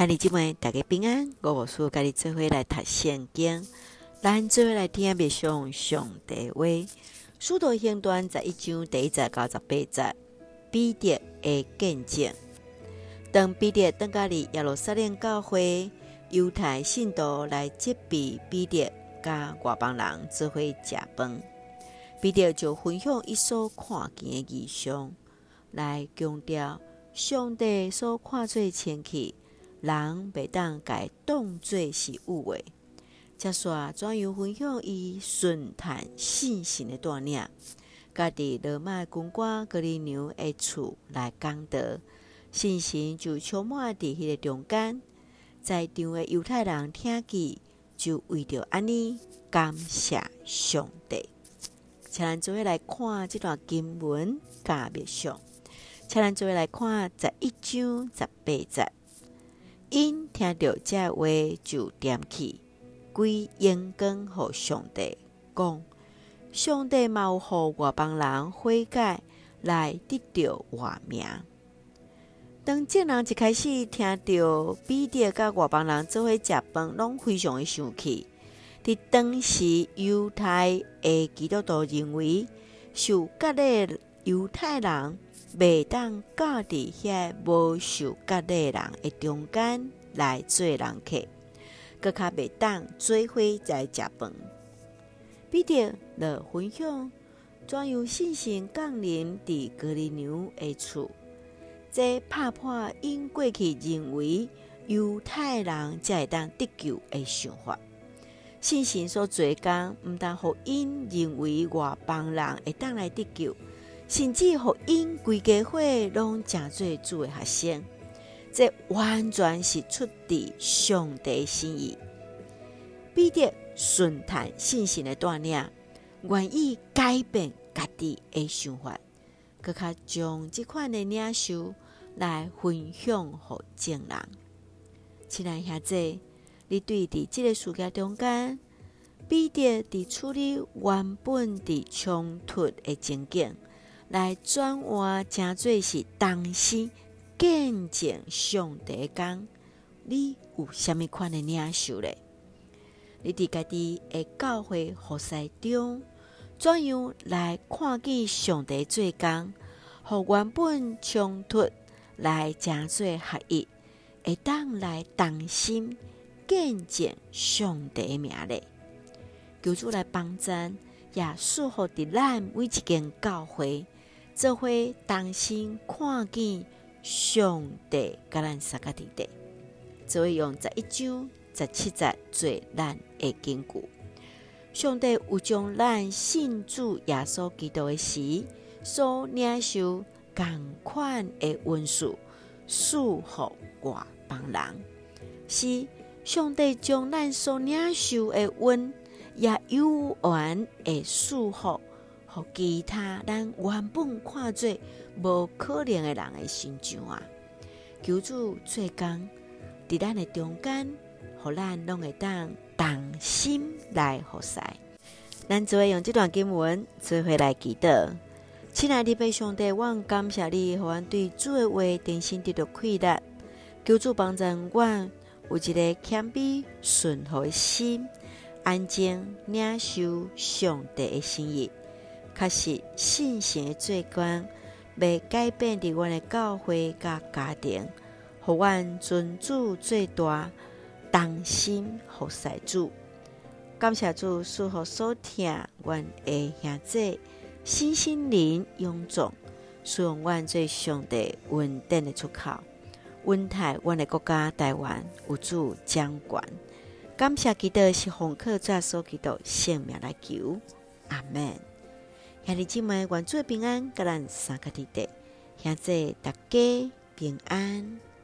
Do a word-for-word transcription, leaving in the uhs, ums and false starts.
兄弟姊妹，大家平安。我无事，甲你做伙来读圣经，咱做伙来听默想上帝话。使徒行传十一章第一节到十八节，彼得的见证。当彼得登到哩耶路撒冷教会，犹太信徒来接备彼得甲外邦人做伙食饭，彼得就分享伊所看见的异象，来强调上帝所看做千气。人袂当甲当作是有诶，接煞怎样分享伊顺探信心的带领，家伫罗马军官格里牛的厝来讲道，信心就充满伫迄个中间。在场的犹太人听见，就为着安尼感谢上帝。请咱做伙来看这段经文甲默想，请咱做伙来看十一章十八节。因听到这话就点起，归荣光予上帝，讲：上帝嘛有予外邦人悔改，来得到活命。当众人一开始听到彼得甲外邦人做伙食饭，拢非常的生气。伫当时犹太的基督徒认为，受割礼犹太人袂当教伫遐无受割礼人的中间来做人客，搁较袂当做伙在食饭。彼得就分享怎样信心降临伫哥尼流的厝，这拍破因过去认为犹太人才会当得救的想法。信心所做工，毋但互因认为外邦人会当来得救，甚至互因规家伙拢诚做主的学生，这完全是出自上帝的心意。彼得顺探信心的带领，愿意改变家己的想法，搁较将这款的领受来分享互众人。亲爱兄弟，你对伫这个事件中间，彼得伫处理原本伫冲突的情景，来转换成做是当时见证上帝讲，你有啥物款的领受咧？你伫家己的教会服侍中，怎样来看见上帝做工，互原本冲突来成做合一，会当来同心见证上帝的名咧？求主来帮咱，也祝福伫咱每一间教会，做伙同心看见上帝甲咱三个弟弟，做伙用十一章十七节做咱的根据。上帝有将咱信主耶稣基督的时所领受同款的恩赐赐予外邦人，是上帝将咱所领受的恩也有缘的赐福，互其他咱原本看做无可能的人的身上啊！求主做工伫咱的中间，互咱拢会当同心来服侍。咱做伙用这段经文做伙来祈祷。亲爱的弟上帝，我感谢你，互阮对主的话定心得到快乐。求主帮助阮有一个谦卑顺服的心，安静领受上帝的心意，确实信心的做工，要改变伫阮的教会甲家庭，互阮尊主最大，同心服侍主。感谢主赐福所听阮的兄弟，新心灵勇壮，使用阮做上帝稳定的出口，稳泰阮的国家台湾有主掌管。感谢基督是奉靠主所基督性命来求，阿们。兄弟姊妹，愿主平安，甲咱三个弟弟，兄弟大家平安。